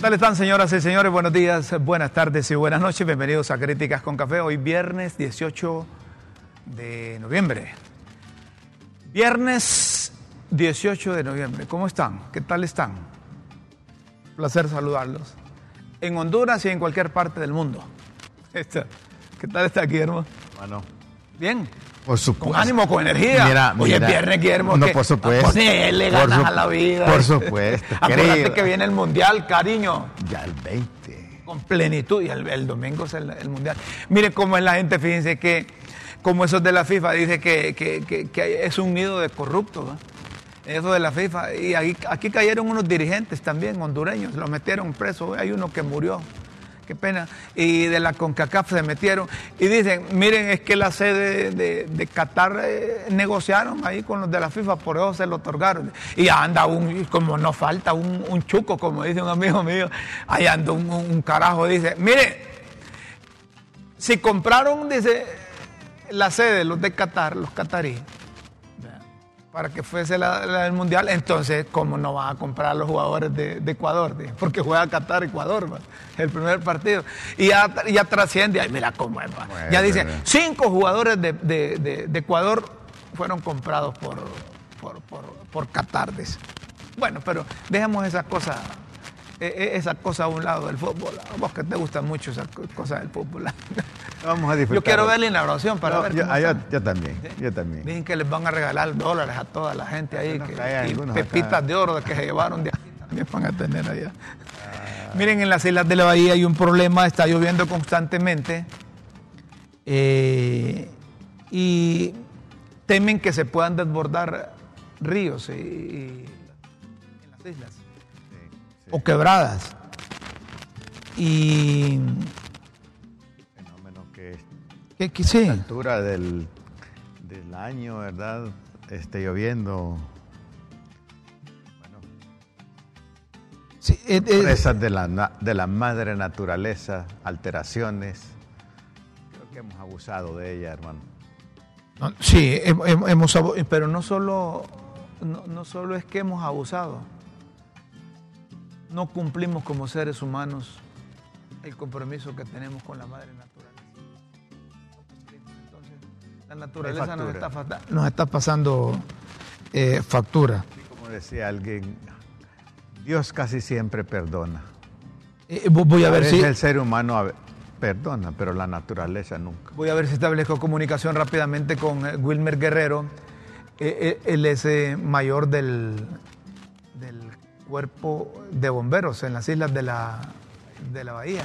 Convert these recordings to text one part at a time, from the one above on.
tal están, señoras y señores? Buenos días, buenas tardes y buenas noches. Bienvenidos a Críticas con Café. Hoy viernes 18 de noviembre. Viernes 18 de noviembre. ¿Cómo están? ¿Qué tal están? Placer saludarlos. En Honduras y en cualquier parte del mundo. ¿Qué tal está, Guillermo? Bueno. Bien. Por supuesto. Con ánimo, con energía. Mira, hoy es viernes, Guillermo. No, por supuesto. Ponele ganas a la vida. Por supuesto. Acuérdate que viene el Mundial, cariño. Ya el 20. Con plenitud. Y el domingo es el Mundial. Miren cómo es la gente, fíjense que, como esos de la FIFA, dice que es un nido de corruptos, ¿no? Eso de la FIFA. Y aquí cayeron unos dirigentes también, hondureños. Los metieron presos. Hay uno que murió. Qué pena. Y de la CONCACAF se metieron. Y dicen, miren, es que la sede de Qatar negociaron ahí con los de la FIFA, por eso se lo otorgaron. Y anda como no falta un chuco, como dice un amigo mío, ahí anda un carajo, dice, mire, si compraron, dice, la sede, los de Qatar, los cataríes, para que fuese la del Mundial, entonces, ¿cómo no van a comprar a los jugadores de Ecuador? Porque juega Qatar-Ecuador, el primer partido. Y ya trasciende, ay, mira cómo es. Bueno, ya dicen, 5 jugadores de Ecuador fueron comprados por Qatar. Bueno, pero dejemos esa cosa a un lado del fútbol. A vos que te gustan mucho esas cosas del fútbol. Vamos a disfrutar. Yo quiero ver la inauguración para ver cómo yo también, ¿sí? Yo también. Dicen que les van a regalar dólares a toda la gente ahí, y pepitas acá de oro que se llevaron de aquí también van a tener allá. Miren, en las islas de la bahía hay un problema, está lloviendo constantemente y temen que se puedan desbordar ríos en las islas. Sí. O quebradas. Y que sí. a la altura del año, ¿verdad? Esté lloviendo. Bueno. Sí, sorpresas de la madre naturaleza, alteraciones. Creo que hemos abusado de ella, hermano. Sí, hemos abusado, pero no solo es que hemos abusado. No cumplimos como seres humanos el compromiso que tenemos con la madre naturaleza. La naturaleza nos está pasando factura. Sí, como decía alguien, Dios casi siempre perdona. Voy a ver si el ser humano perdona, pero la naturaleza nunca. Voy a ver si establezco comunicación rápidamente con Wilmer Guerrero. Él es mayor del cuerpo de bomberos en las islas de la bahía.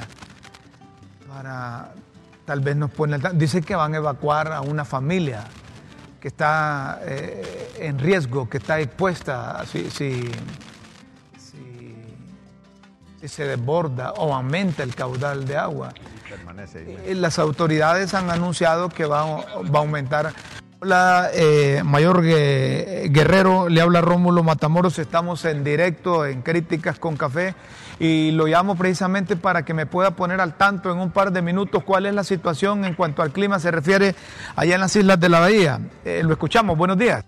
Tal vez nos pone al tanto. Dice que van a evacuar a una familia que está en riesgo, que está expuesta si se desborda o aumenta el caudal de agua. Las autoridades han anunciado que va a aumentar. Hola, Mayor Guerrero, le habla Rómulo Matamoros, estamos en directo en Críticas con Café y lo llamo precisamente para que me pueda poner al tanto en un par de minutos cuál es la situación en cuanto al clima se refiere allá en las Islas de la Bahía. Lo escuchamos, buenos días.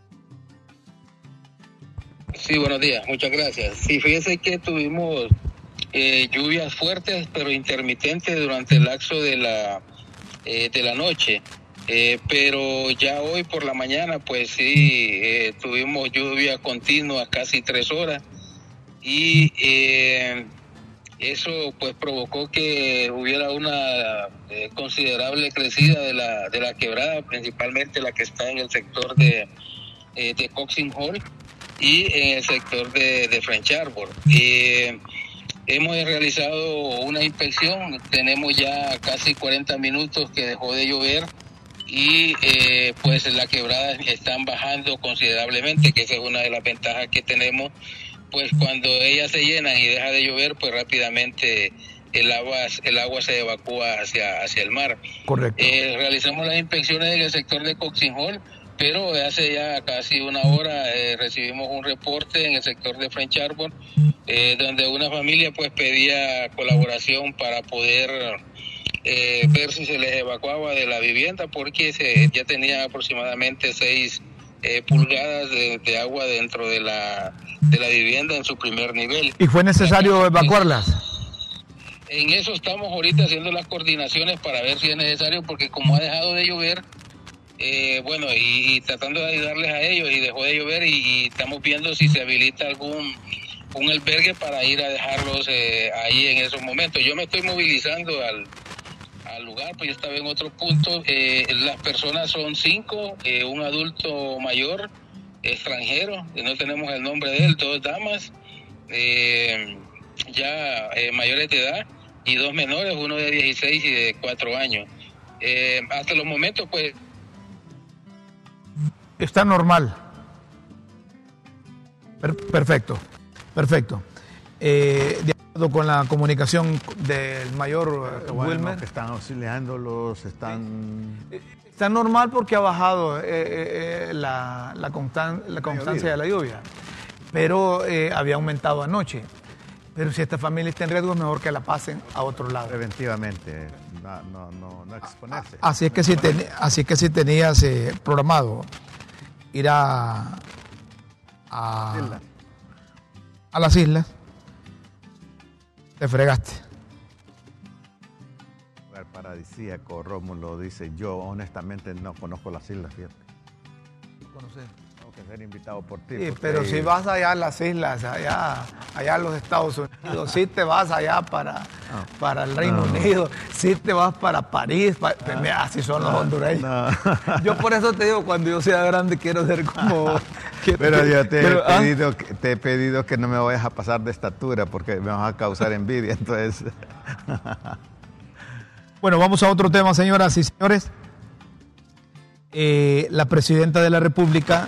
Sí, buenos días, muchas gracias. Sí, fíjese que tuvimos lluvias fuertes pero intermitentes durante el lapso de la noche. Pero ya hoy por la mañana pues sí tuvimos lluvia continua casi 3 horas y eso pues provocó que hubiera una considerable crecida de la quebrada, principalmente la que está en el sector de Coxing Hall y en el sector de French Harbor. Hemos realizado una inspección, tenemos ya casi 40 minutos que dejó de llover y pues las quebradas están bajando considerablemente, que esa es una de las ventajas que tenemos, pues cuando ellas se llenan y deja de llover, pues rápidamente el agua se evacúa hacia el mar. Correcto. Realizamos las inspecciones en el sector de Coxing Hall, pero hace ya casi una hora recibimos un reporte en el sector de French Harbor, donde una familia pues pedía colaboración para poder ver si se les evacuaba de la vivienda, porque ya tenía aproximadamente 6 pulgadas de agua dentro de la vivienda en su primer nivel. ¿Y fue necesario evacuarlas? En eso estamos ahorita haciendo las coordinaciones para ver si es necesario, porque como ha dejado de llover, bueno, y tratando de ayudarles a ellos, y dejó de llover, y estamos viendo si se habilita un albergue para ir a dejarlos ahí en esos momentos. Yo me estoy movilizando al lugar, pues yo estaba en otro punto. Las personas son 5, un adulto mayor, extranjero, no tenemos el nombre de él, 2 damas, ya mayores de edad, y 2 menores, uno de 16 y de 4 años. Hasta los momentos, pues... Está normal. Perfecto. De acuerdo con la comunicación del mayor Wilmer. Que están auxiliándolos, están... Está normal porque ha bajado la constancia de la lluvia, pero había aumentado anoche. Pero si esta familia está en riesgo, es mejor que la pasen a otro lado. Preventivamente, no exponerse. Así es que si tenías programado ir a las islas, te fregaste. Lugar paradisíaco, Rómulo dice, yo honestamente no conozco las islas, fíjate. Conocer. Tengo que ser invitado por ti. Sí, pero si vas allá a las islas, allá a los Estados Unidos, si te vas allá para el Reino Unido, si te vas para París, así son los hondureños. No. Yo por eso te digo, cuando yo sea grande quiero ser como... Pero yo te he pedido que no me vayas a pasar de estatura porque me vas a causar envidia, entonces... Bueno, vamos a otro tema, señoras y señores. La presidenta de la República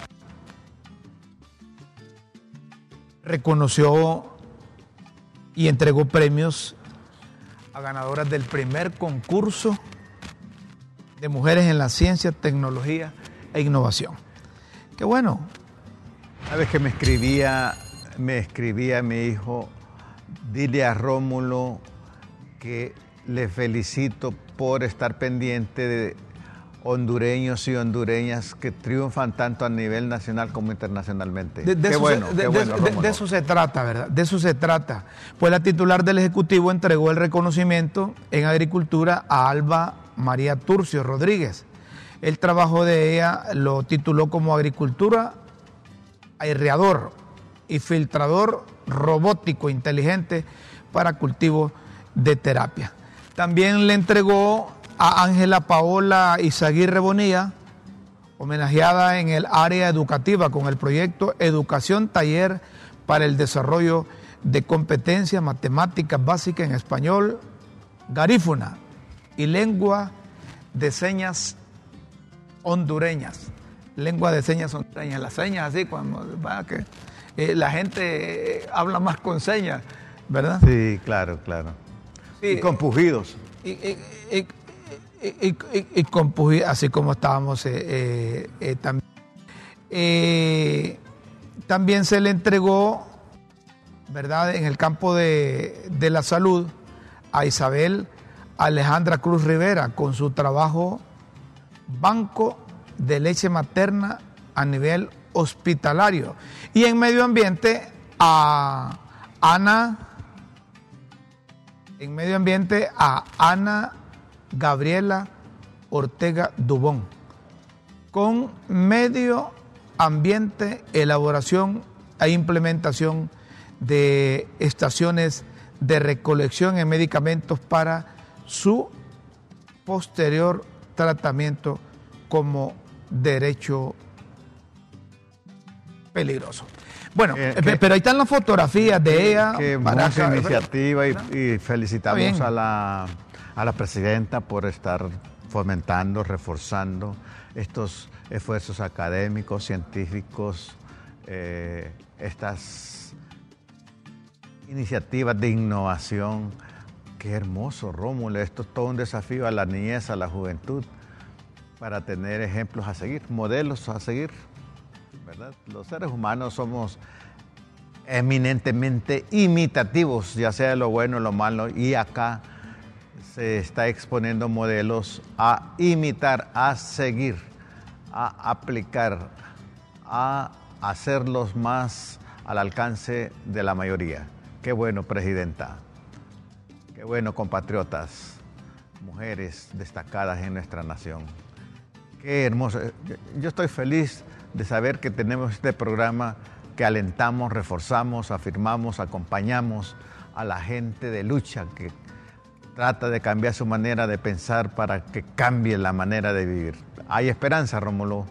reconoció y entregó premios a ganadoras del primer concurso de mujeres en la ciencia, tecnología e innovación. Qué bueno. Sabes que me escribía mi hijo, dile a Rómulo que le felicito por estar pendiente de hondureños y hondureñas que triunfan tanto a nivel nacional como internacionalmente. De eso se trata, ¿verdad? De eso se trata. Pues la titular del Ejecutivo entregó el reconocimiento en Agricultura a Alba María Turcio Rodríguez. El trabajo de ella lo tituló como Agricultura airreador y filtrador robótico inteligente para cultivo de terapia. También le entregó a Ángela Paola Izaguirre Bonilla, homenajeada en el área educativa con el proyecto Educación Taller para el Desarrollo de Competencias Matemáticas Básicas en Español, Garífuna y Lengua de Señas Hondureñas. Lengua de señas hondureñas. Las señas así, cuando la gente habla más con señas, ¿verdad? Sí, claro. Sí, y con pujidos. Y con pujidos, así como estábamos también. También se le entregó, ¿verdad?, en el campo de la salud a Isabel Alejandra Cruz Rivera con su trabajo Banco de Leche Materna a nivel hospitalario. Y en medio ambiente a Ana Gabriela Ortega Dubón con medio ambiente, elaboración e implementación de estaciones de recolección de medicamentos para su posterior tratamiento como derecho peligroso. Bueno, pero ahí están las fotografías de ella. Qué mucha iniciativa y felicitamos a la presidenta por estar fomentando, reforzando estos esfuerzos académicos, científicos, estas iniciativas de innovación. Qué hermoso, Rómulo. Esto es todo un desafío a la niñez, a la juventud, para tener ejemplos a seguir, modelos a seguir, ¿verdad? Los seres humanos somos eminentemente imitativos, ya sea de lo bueno o lo malo, y acá se está exponiendo modelos a imitar, a seguir, a aplicar, a hacerlos más al alcance de la mayoría. Qué bueno, presidenta. Qué bueno, compatriotas, mujeres destacadas en nuestra nación. Qué hermoso. Yo estoy feliz de saber que tenemos este programa que alentamos, reforzamos, afirmamos, acompañamos a la gente de lucha que trata de cambiar su manera de pensar para que cambie la manera de vivir. Hay esperanza, Rómulo.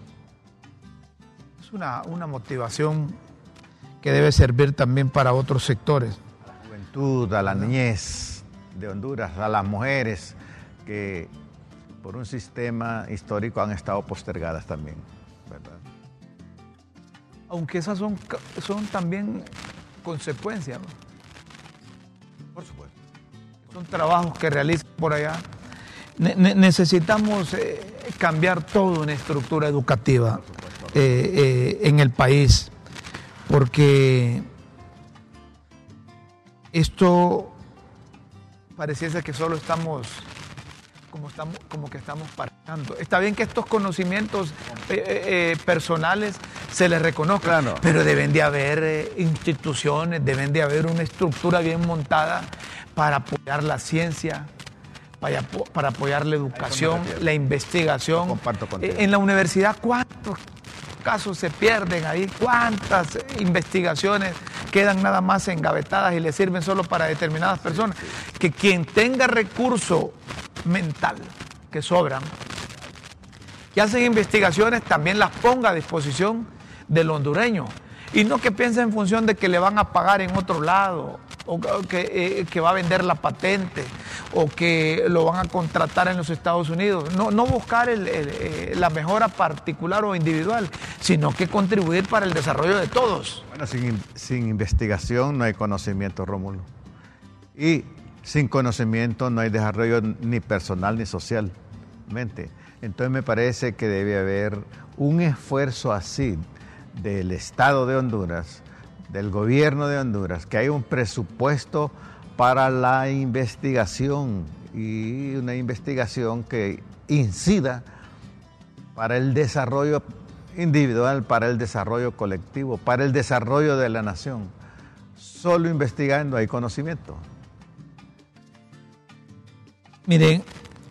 Es una motivación que debe servir también para otros sectores. A la juventud, a la niñez de Honduras, a las mujeres que por un sistema histórico han estado postergadas también, ¿verdad? Aunque esas son también consecuencias, ¿no? Por supuesto. Son trabajos que realizan por allá. Necesitamos cambiar toda una estructura educativa en el país, porque esto pareciese que solo estamos parando. Está bien que estos conocimientos personales se les reconozcan, claro, pero deben de haber instituciones, deben de haber una estructura bien montada para apoyar la ciencia, para apoyar la educación, la investigación. Comparto contigo. En la universidad, ¿cuántos casos se pierden ahí? ¿Cuántas investigaciones quedan nada más engavetadas y le sirven solo para determinadas personas? Sí. Que quien tenga recurso mental, que sobran, que hacen investigaciones, también las ponga a disposición del hondureño. Y no que piense en función de que le van a pagar en otro lado, o que va a vender la patente, o que lo van a contratar en los Estados Unidos. No buscar la mejora particular o individual, sino que contribuir para el desarrollo de todos. Bueno, sin investigación no hay conocimiento, Rómulo. Y sin conocimiento no hay desarrollo ni personal ni socialmente. Entonces me parece que debe haber un esfuerzo así del Estado de Honduras, del gobierno de Honduras, que hay un presupuesto para la investigación y una investigación que incida para el desarrollo individual, para el desarrollo colectivo, para el desarrollo de la nación. Solo investigando hay conocimiento. Miren,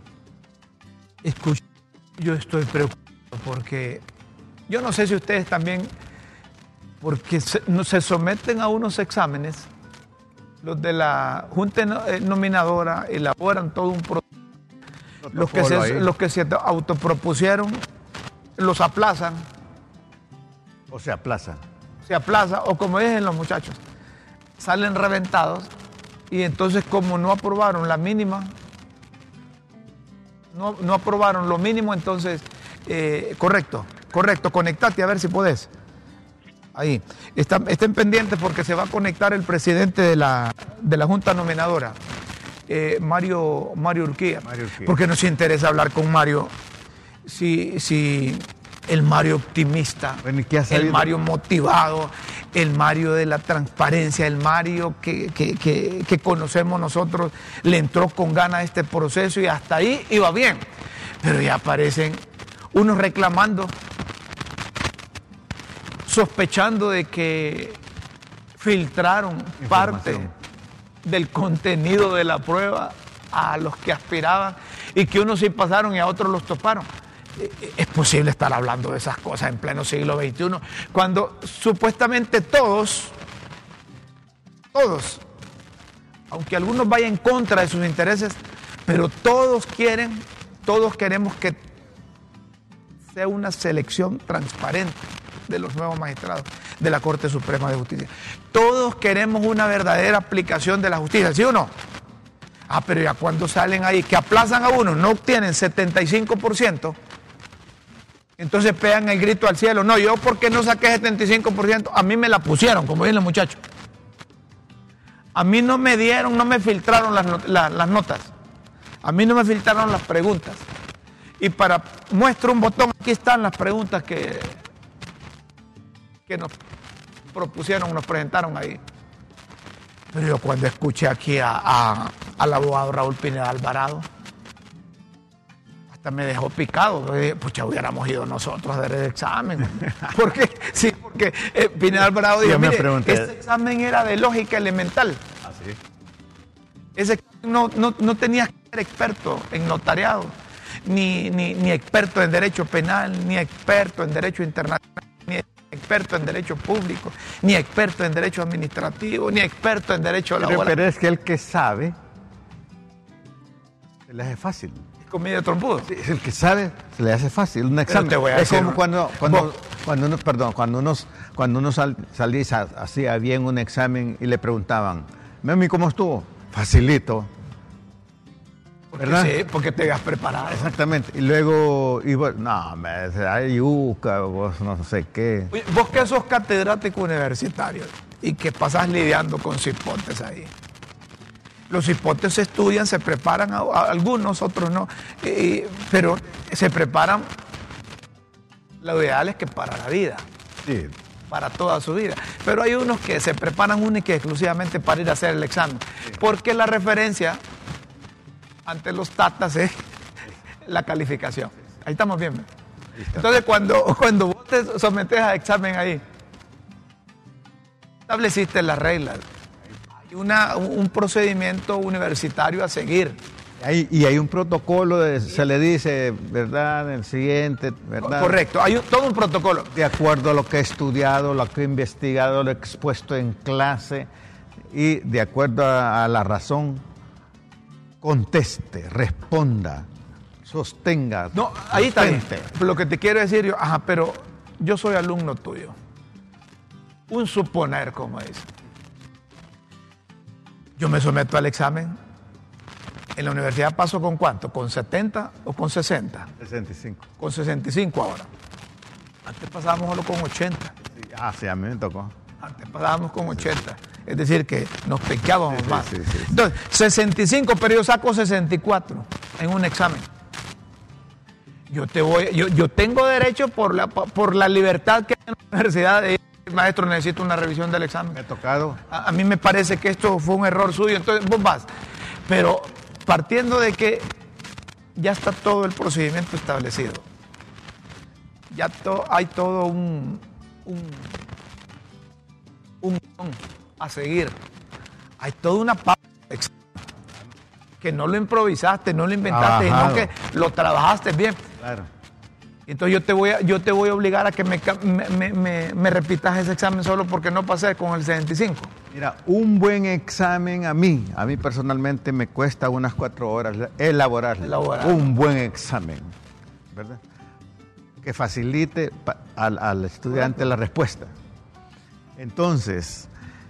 yo estoy preocupado porque yo no sé si ustedes también, porque se someten a unos exámenes, los de la Junta Nominadora elaboran todo un proceso. Los que se autopropusieron los aplazan. O se aplaza. Se aplaza, o como dicen los muchachos, salen reventados y entonces como no aprobaron la mínima, no aprobaron lo mínimo, entonces, correcto, conectate a ver si podés. Ahí, estén pendientes porque se va a conectar el presidente de la Junta Nominadora, Mario Urquía, porque nos interesa hablar con Mario, si el Mario optimista, bueno, el Mario motivado, el Mario de la transparencia, el Mario que conocemos nosotros, le entró con ganas a este proceso y hasta ahí iba bien, pero ya aparecen unos reclamando, sospechando de que filtraron parte del contenido de la prueba a los que aspiraban y que unos sí pasaron y a otros los toparon. Es posible estar hablando de esas cosas en pleno siglo XXI, cuando supuestamente todos, aunque algunos vayan en contra de sus intereses, pero todos queremos que sea una selección transparente de los nuevos magistrados de la Corte Suprema de Justicia. Todos queremos una verdadera aplicación de la justicia, ¿sí o no? Pero ya cuando salen ahí, que aplazan a uno, no obtienen 75%, entonces pegan el grito al cielo. No, yo porque no saqué 75%, a mí me la pusieron, como dicen los muchachos. A mí no me dieron, no me filtraron las notas. A mí no me filtraron las preguntas. Y para muestro un botón, aquí están las preguntas que nos propusieron, nos presentaron ahí. Pero yo cuando escuché aquí al abogado Raúl Pineda Alvarado, hasta me dejó picado. Pucha, hubiéramos ido nosotros a hacer el examen. Porque Pineda Alvarado dijo, mire, este examen era de lógica elemental. ¿Ah, sí? Ese no tenías que ser experto en notariado, ni experto en derecho penal, ni experto en derecho internacional, ni experto en derecho público, ni experto en derecho administrativo, ni experto en derecho laboral. Pero es que el que sabe, se le hace fácil. Comida de trompudo. Sí, el que sabe, se le hace fácil. Un examen. Te voy a es decir, como cuando uno salía, hacía bien un examen y le preguntaban, Mami, ¿cómo estuvo? Facilito. ¿Verdad? Sí, porque te has preparado. Exactamente. Y luego, no, hay yuca, vos no sé qué. Oye, vos que sos catedrático universitario y que pasás lidiando con cipotes ahí. Los cipotes se estudian, se preparan, algunos, otros no, pero se preparan, lo ideal es que para la vida, Sí. para toda su vida. Pero hay unos que se preparan única y exclusivamente para ir a hacer el examen, porque la referencia ante los tatas es la calificación. Ahí estamos bien. Entonces, cuando vos te sometes a examen ahí, estableciste las reglas. Un procedimiento universitario a seguir. Y hay un protocolo, se le dice, ¿verdad? El siguiente, ¿verdad? Correcto, hay todo un protocolo. De acuerdo a lo que he estudiado, lo que he investigado, lo he expuesto en clase y de acuerdo a la razón, conteste, responda, sostenga. No, ahí está bien. sustente. Lo que te quiero decir yo, pero yo soy alumno tuyo. Un suponer, como dice. Yo me someto al examen. En la universidad paso ¿con cuánto? ¿Con 70 o con 60? 65. Con 65 ahora. Antes pasábamos solo con 80. Sí, a mí me tocó. Antes pasábamos con 80. Es decir, que nos pecábamos más. Sí. Entonces, 65, pero yo saco 64 en un examen. Yo tengo derecho por la libertad que hay en la universidad de maestro, necesito una revisión del examen. Me ha tocado. A mí me parece que esto fue un error suyo, entonces vos vas. Pero partiendo de que ya está todo el procedimiento establecido, ya hay todo un a seguir, hay toda una parte que no lo improvisaste, no lo inventaste, sino que lo trabajaste bien. Claro. Entonces yo te voy a obligar a que me repitas ese examen solo porque no pasé con el 75. Mira, un buen examen a mí personalmente me cuesta unas 4 horas elaborar un buen examen, ¿verdad? Que facilite al estudiante la respuesta. Entonces,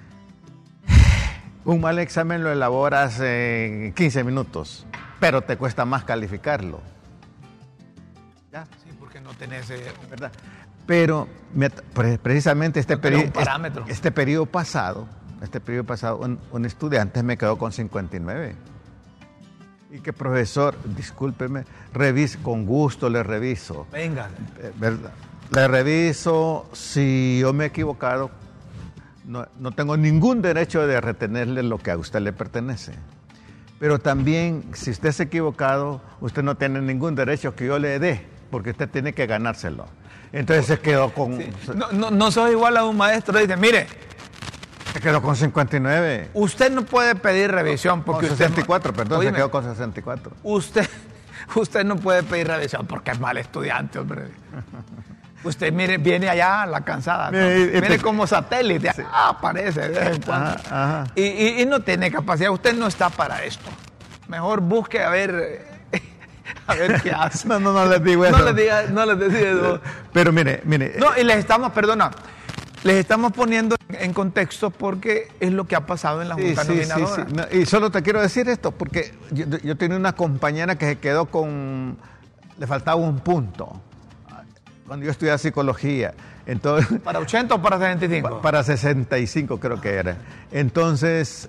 un mal examen lo elaboras en 15 minutos, pero te cuesta más calificarlo. ¿Ya? Sí, porque no tenés... ¿verdad? Pero precisamente este periodo pasado, un estudiante me quedó con 59. Y que profesor, discúlpeme, con gusto le reviso. Venga. ¿Verdad? Le reviso, si yo me he equivocado, no tengo ningún derecho de retenerle lo que a usted le pertenece. Pero también, si usted se ha equivocado, usted no tiene ningún derecho que yo le dé, porque usted tiene que ganárselo. Entonces se quedó con... Sí. No sos igual a un maestro, dice, mire... Se quedó con 59. Usted no puede pedir revisión porque con 64, perdón, se quedó con 64. Usted no puede pedir revisión porque es mal estudiante, hombre. Usted, mire, viene allá la cansada, ¿no? Viene como satélite, sí. Aparece de vez en cuando. Ajá. Y no tiene capacidad, usted no está para esto. Mejor busque a ver qué hace. No les digo eso. No les diga eso. Pero mire. No, y les estamos poniendo en contexto porque es lo que ha pasado en la Junta Nominadora. Sí. No, y solo te quiero decir esto, porque yo tenía una compañera que se quedó le faltaba un punto. Cuando yo estudiaba psicología. Entonces, ¿Para 80 o para 75? Para 65 creo que era. Entonces,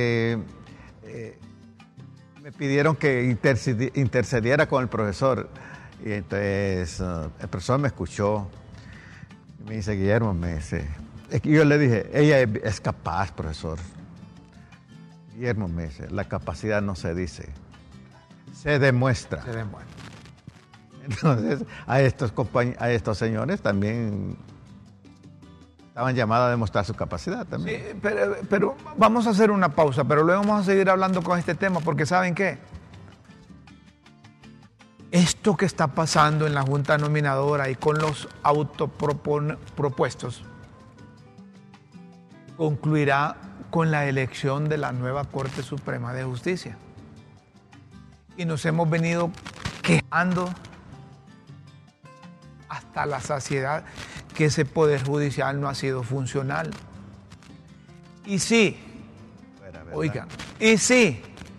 me pidieron que intercediera con el profesor. Y entonces el profesor me escuchó. Me dice, Guillermo, y yo le dije, ella es capaz, profesor. Guillermo, me dice, la capacidad no se dice, se demuestra. Entonces, a estos señores también estaban llamadas a demostrar su capacidad también. Sí, pero vamos a hacer una pausa, pero luego vamos a seguir hablando con este tema, porque ¿saben qué? Esto que está pasando en la Junta Nominadora y con los autopropuestos concluirá con la elección de la nueva Corte Suprema de Justicia. Y nos hemos venido quejando hasta la saciedad que ese Poder Judicial no ha sido funcional. Y sí, oigan, y sí,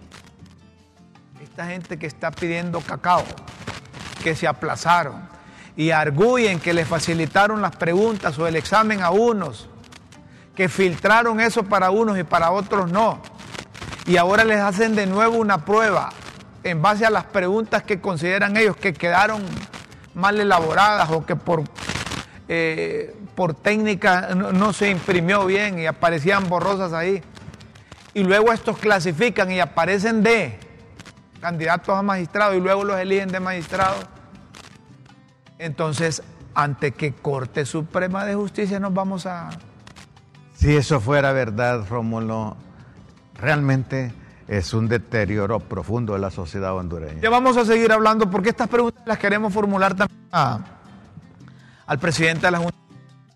esta gente que está pidiendo cacao, que se aplazaron y arguyen que le facilitaron las preguntas o el examen a unos, que filtraron eso para unos y para otros no, y ahora les hacen de nuevo una prueba en base a las preguntas que consideran ellos que quedaron mal elaboradas o que por técnica no se imprimió bien y aparecían borrosas ahí. Y luego estos clasifican y aparecen de candidatos a magistrados y luego los eligen de magistrados. Entonces, ¿ante qué Corte Suprema de Justicia nos vamos a...? Si eso fuera verdad, Rómulo, realmente es un deterioro profundo de la sociedad hondureña. Ya vamos a seguir hablando porque estas preguntas las queremos formular también al presidente de la Junta.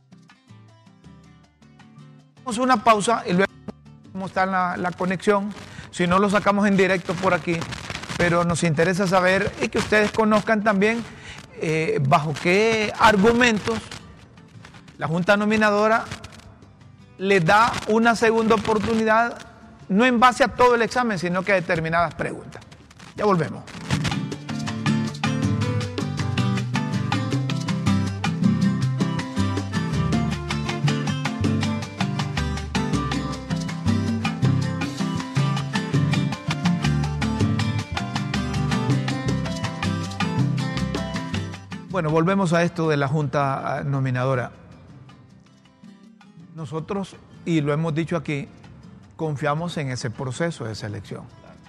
Hacemos una pausa y luego cómo está la conexión. Si no, lo sacamos en directo por aquí. Pero nos interesa saber y que ustedes conozcan también bajo qué argumentos la Junta Nominadora les da una segunda oportunidad, no en base a todo el examen, sino que a determinadas preguntas. Ya volvemos. Bueno, volvemos a esto de la Junta Nominadora. Nosotros, y lo hemos dicho aquí, confiamos en ese proceso de selección.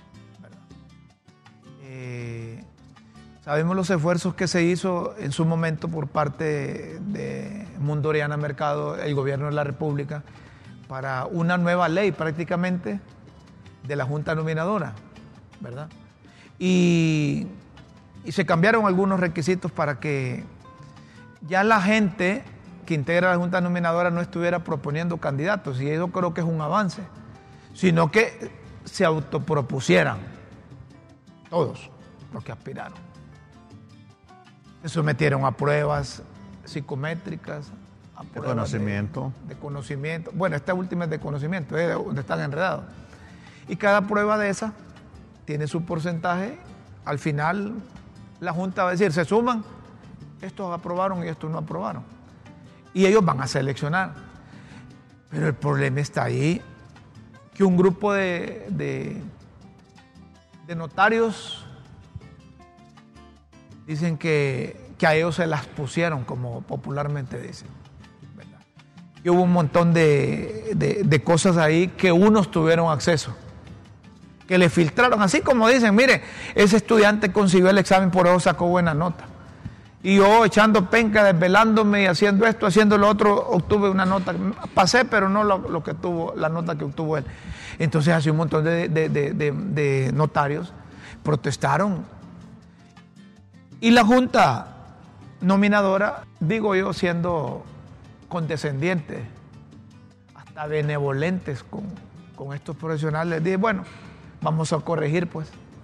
Sabemos los esfuerzos que se hizo en su momento por parte de Mundo Oriana Mercado, el gobierno de la República, para una nueva ley prácticamente de la Junta Nominadora, ¿verdad? Y se cambiaron algunos requisitos para que ya la gente que integra la Junta Nominadora no estuviera proponiendo candidatos, y eso creo que es un avance, sino que se autopropusieran todos los que aspiraron. Se sometieron a pruebas psicométricas, a pruebas de conocimiento. Bueno, esta última es de conocimiento, es donde están enredados. Y cada prueba de esa tiene su porcentaje. Al final la Junta va a decir, se suman, estos aprobaron y estos no aprobaron. Y ellos van a seleccionar. Pero el problema está ahí, que un grupo de notarios dicen que a ellos se las pusieron, como popularmente dicen, ¿verdad? Y hubo un montón de cosas ahí que unos tuvieron acceso, que le filtraron, así como dicen, mire, ese estudiante consiguió el examen, por eso sacó buena nota. Y yo echando penca, desvelándome y haciendo esto, haciendo lo otro, obtuve una nota. Pasé, pero no lo que tuvo, la nota que obtuvo él. Entonces, así un montón de notarios protestaron. Y la Junta Nominadora, digo yo, siendo condescendientes, hasta benevolentes con estos profesionales, dije, bueno, vamos a corregir, pues.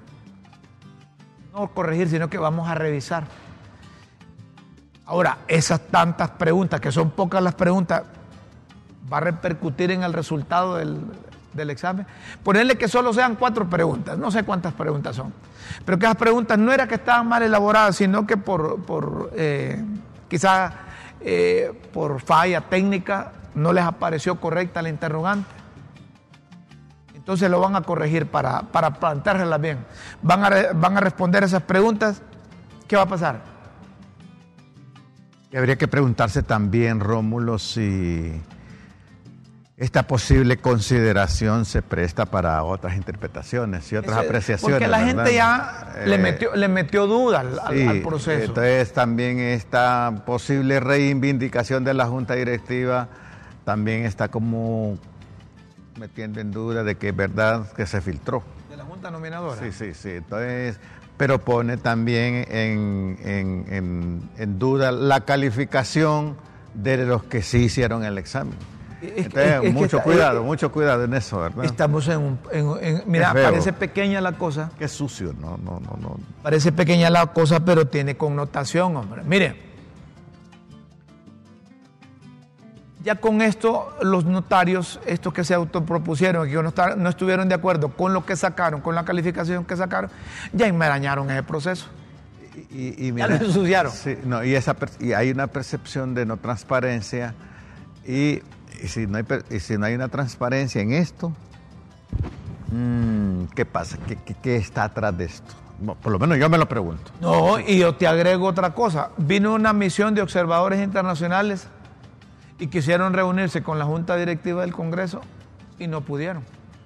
No corregir, sino que vamos a revisar. Ahora, esas tantas preguntas, que son pocas las preguntas, va a repercutir en el resultado del examen. Ponerle que solo sean 4 preguntas, no sé cuántas preguntas son, pero que esas preguntas no era que estaban mal elaboradas, sino que quizás por falla técnica no les apareció correcta la interrogante. Entonces lo van a corregir para planteárselas bien. Van a responder esas preguntas. ¿Qué va a pasar? Y habría que preguntarse también, Rómulo, si esta posible consideración se presta para otras interpretaciones y otras apreciaciones. Porque la gente ya le metió duda al proceso. Entonces también esta posible reivindicación de la Junta Directiva también está como metiendo en duda de que es verdad que se filtró. ¿De la Junta Nominadora? Sí. Entonces, pero pone también en duda la calificación de los que sí hicieron el examen. Entonces, mucho cuidado en eso, ¿verdad? Estamos mira, parece pequeña la cosa. Qué sucio, no. Parece pequeña la cosa, pero tiene connotación, hombre. Mire, ya con esto, los notarios, estos que se autopropusieron, que no estuvieron de acuerdo con lo que sacaron, con la calificación que sacaron, ya enmarañaron ese proceso. Y ya lo ensuciaron. Sí, y hay una percepción de no transparencia, y si no hay una transparencia en esto, ¿qué pasa? ¿Qué está atrás de esto? Por lo menos yo me lo pregunto. No, y yo te agrego otra cosa. Vino una misión de observadores internacionales y quisieron reunirse con la Junta Directiva del Congreso y no pudieron.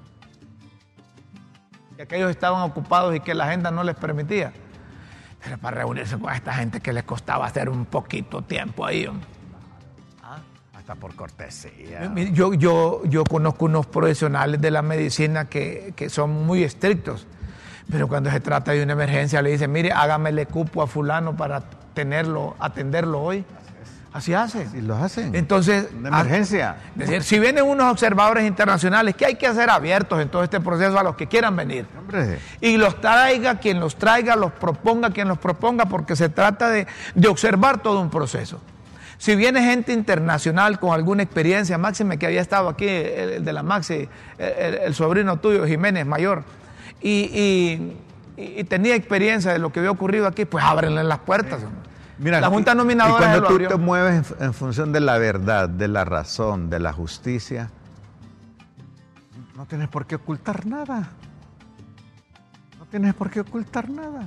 Y aquellos estaban ocupados y que la agenda no les permitía. Pero para reunirse con esta gente que les costaba hacer un poquito tiempo ahí. Hasta por cortesía. Yo conozco unos profesionales de la medicina que son muy estrictos, pero cuando se trata de una emergencia le dicen, mire, hágamele cupo a fulano para atenderlo hoy. Así hace. Y lo hacen. Entonces, una emergencia. Es decir, si vienen unos observadores internacionales, que hay que hacer abiertos en todo este proceso a los que quieran venir. Hombre. Y los traiga quien los traiga, los proponga quien los proponga, porque se trata de observar todo un proceso. Si viene gente internacional con alguna experiencia, máxime que había estado aquí, el de la Maxi, el sobrino tuyo, Jiménez Mayor, y tenía experiencia de lo que había ocurrido aquí, pues ábrenle las puertas. Mira, la Junta Nominadora. Y cuando tú te mueves en función de la verdad, de la razón, de la justicia, no tienes por qué ocultar nada. No tienes por qué ocultar nada.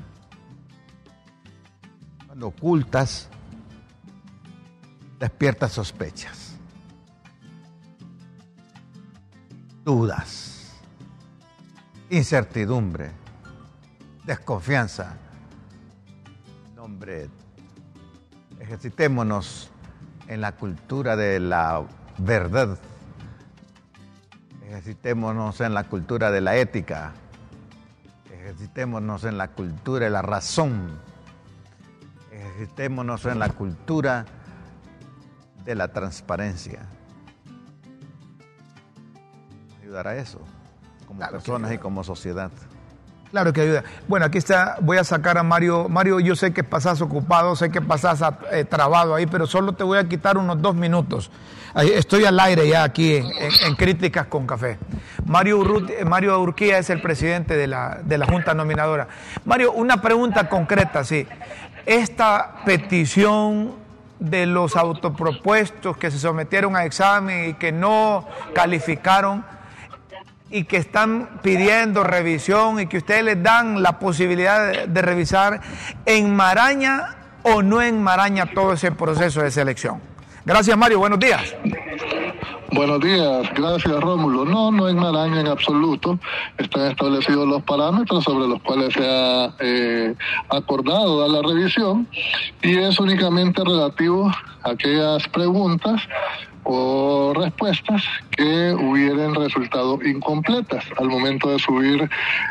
Cuando ocultas, despiertas sospechas, dudas, incertidumbre, desconfianza. No, hombre, ejercitémonos en la cultura de la verdad, ejercitémonos en la cultura de la ética, ejercitémonos en la cultura de la razón, ejercitémonos en la cultura de la transparencia. Ayudará eso, como personas y como sociedad. Claro que ayuda. Bueno, aquí está, voy a sacar a Mario. Mario, yo sé que pasás ocupado, sé que pasás trabado ahí, pero solo te voy a quitar unos 2 minutos. Estoy al aire ya aquí en Críticas con Café. Mario Urquía es el presidente de la Junta Nominadora. Mario, una pregunta concreta, sí. Esta petición de los autopropuestos que se sometieron a examen y que no calificaron y que están pidiendo revisión y que ustedes les dan la posibilidad de revisar, ¿enmaraña o no enmaraña todo ese proceso de selección? Gracias, Mario, buenos días. Buenos días, gracias, Rómulo. No enmaraña en absoluto. Están establecidos los parámetros sobre los cuales se ha acordado dar la revisión y es únicamente relativo a aquellas preguntas o respuestas que hubieran resultado incompletas al momento de subir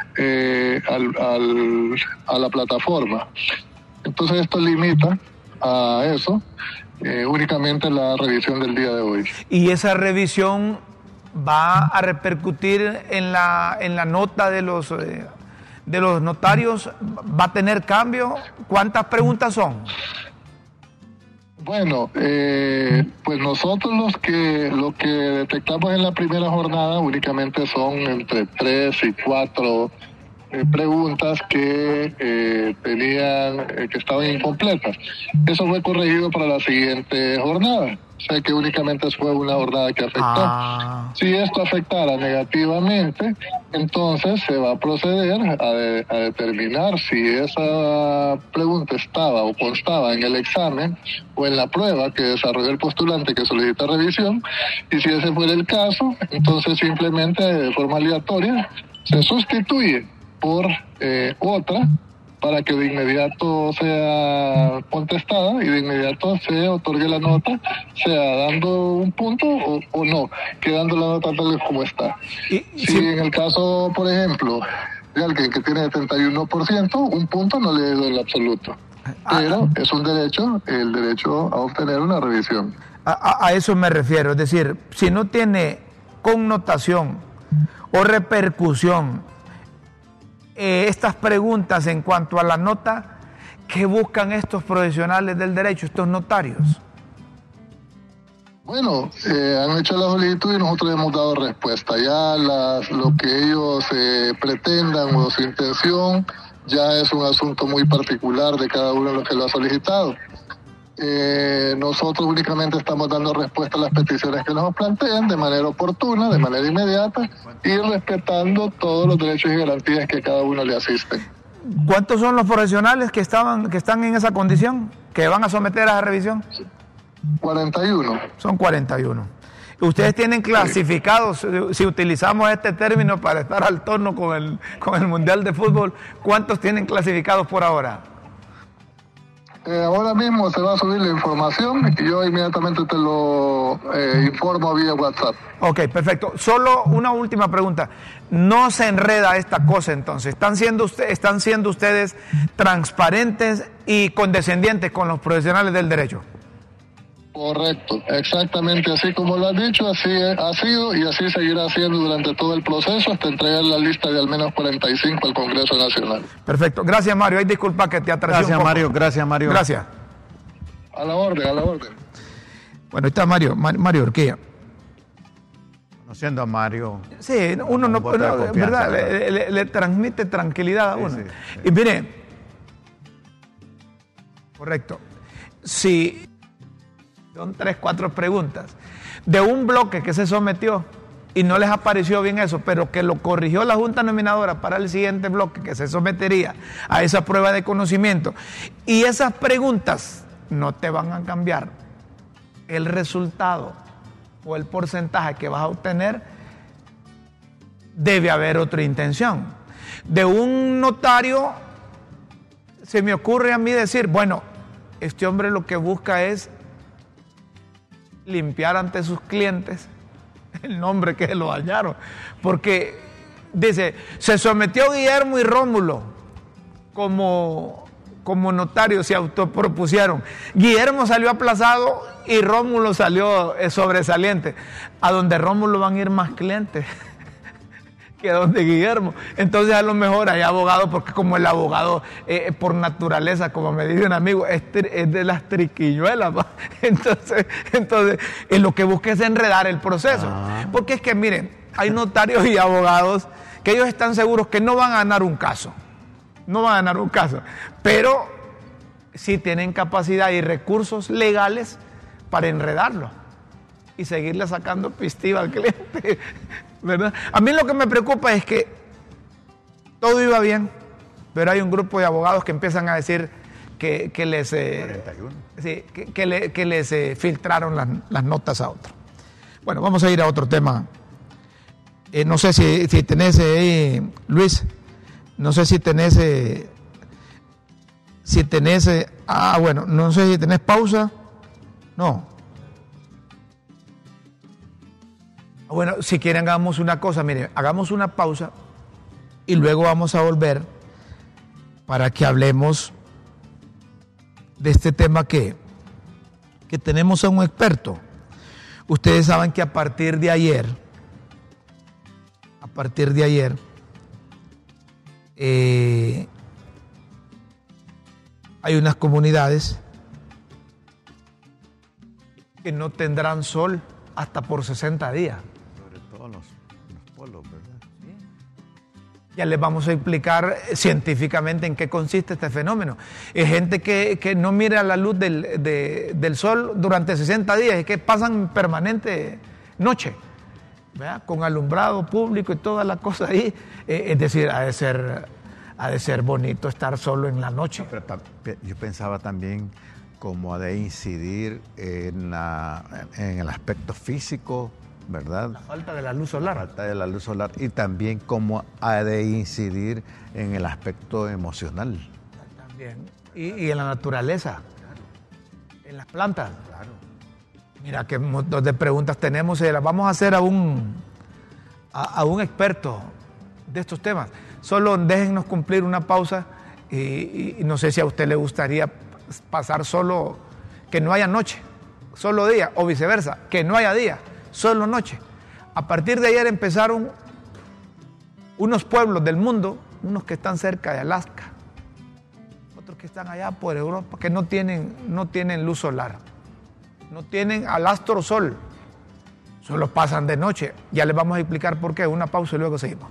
a la plataforma. Entonces esto limita a eso únicamente la revisión del día de hoy. ¿Y esa revisión va a repercutir en la nota de los notarios? ¿Va a tener cambio? ¿Cuántas preguntas son? Bueno, pues nosotros lo que detectamos en la primera jornada únicamente son entre 3 y 4 preguntas que que estaban incompletas. Eso fue corregido para la siguiente jornada. O sea que únicamente fue una jornada que afectó. Si esto afectara negativamente, entonces se va a proceder a determinar si esa pregunta estaba o constaba en el examen o en la prueba que desarrolló el postulante que solicita revisión, y si ese fuera el caso, entonces simplemente de forma aleatoria se sustituye por otra para que de inmediato sea contestada y de inmediato se otorgue la nota, sea dando un punto o no, quedando la nota tal como está. Si en el caso, por ejemplo, de alguien que tiene 71%, un punto no le doy en absoluto. Pero es un derecho, el derecho a obtener una revisión. A eso me refiero, es decir, si no tiene connotación o repercusión estas preguntas en cuanto a la nota, ¿qué buscan estos profesionales del derecho, estos notarios? Bueno, han hecho la solicitud y nosotros hemos dado respuesta. Ya lo que ellos pretendan o su intención ya es un asunto muy particular de cada uno de los que lo ha solicitado. Nosotros únicamente estamos dando respuesta a las peticiones que nos plantean de manera oportuna, de manera inmediata y respetando todos los derechos y garantías que cada uno le asisten. ¿Cuántos son los profesionales que están en esa condición, que van a someter a la revisión? 41. Son 41. Ustedes tienen clasificados, si utilizamos este término para estar al tono con el Mundial de Fútbol, ¿cuántos tienen clasificados por ahora? Ahora mismo se va a subir la información y yo inmediatamente te lo informo vía WhatsApp. Ok, perfecto. Solo una última pregunta. ¿No se enreda esta cosa entonces? ¿Están siendo ustedes transparentes y condescendientes con los profesionales del derecho? Correcto, exactamente así como lo has dicho, así ha sido y así seguirá siendo durante todo el proceso hasta entregar la lista de al menos 45 al Congreso Nacional. Perfecto, gracias Mario, ay disculpa que te atrasé un poco. Gracias Mario. Gracias. A la orden, a la orden. Bueno, ahí está Mario Urquía. Conociendo a Mario. Sí, uno no, ¿verdad? Le transmite tranquilidad a uno. Sí. Y mire, correcto, si son 3, 4 preguntas de un bloque que se sometió y no les apareció bien eso, pero que lo corrigió la Junta Nominadora para el siguiente bloque que se sometería a esa prueba de conocimiento, y esas preguntas no te van a cambiar el resultado o el porcentaje que vas a obtener, debe haber otra intención. De un notario se me ocurre a mí decir, bueno, este hombre lo que busca es limpiar ante sus clientes el nombre que lo dañaron, porque dice, se sometió Guillermo y Rómulo como notarios, se autopropusieron. Guillermo salió aplazado y Rómulo salió sobresaliente. A donde Rómulo van a ir más clientes que donde Guillermo. Entonces a lo mejor hay abogados, porque como el abogado por naturaleza, como me dice un amigo, es de las triquiñuelas, entonces lo que busca es enredar el proceso. Porque es que miren, hay notarios y abogados que ellos están seguros que no van a ganar un caso, pero sí tienen capacidad y recursos legales para enredarlo y seguirle sacando pistiva al cliente, ¿verdad? A mí lo que me preocupa es que todo iba bien, pero hay un grupo de abogados que empiezan a decir que les filtraron las notas a otro. Bueno, vamos a ir a otro tema. No sé si tenés, Luis, no sé si tenés, bueno, no sé si tenés pausa. No. Bueno, si quieren hagamos una cosa, mire, hagamos una pausa y luego vamos a volver para que hablemos de este tema que tenemos a un experto. Ustedes saben que a partir de ayer, hay unas comunidades que no tendrán sol hasta por 60 días. Sobre todo los polos, ¿verdad? ¿Sí? Ya les vamos a explicar científicamente en qué consiste este fenómeno. Es gente que no mira la luz del sol durante 60 días y que pasan permanente noche, ¿verdad? Con alumbrado público y todas las cosas ahí. Es decir, ha de ser bonito estar solo en la noche. Pero yo pensaba también cómo ha de incidir en el aspecto físico, ¿verdad? La falta de la luz solar. La falta de la luz solar, y también cómo ha de incidir en el aspecto emocional. Bien. Y en la naturaleza, en las plantas. Claro. Mira qué montón de preguntas tenemos, y las vamos a hacer a un experto de estos temas. Solo déjennos cumplir una pausa y no sé si a usted le gustaría pasar solo, que no haya noche, solo día, o viceversa, que no haya día, solo noche. A partir de ayer empezaron unos pueblos del mundo, unos que están cerca de Alaska, otros que están allá por Europa, que no tienen luz solar, no tienen al astro sol, solo pasan de noche. Ya les vamos a explicar por qué. Una pausa y luego seguimos.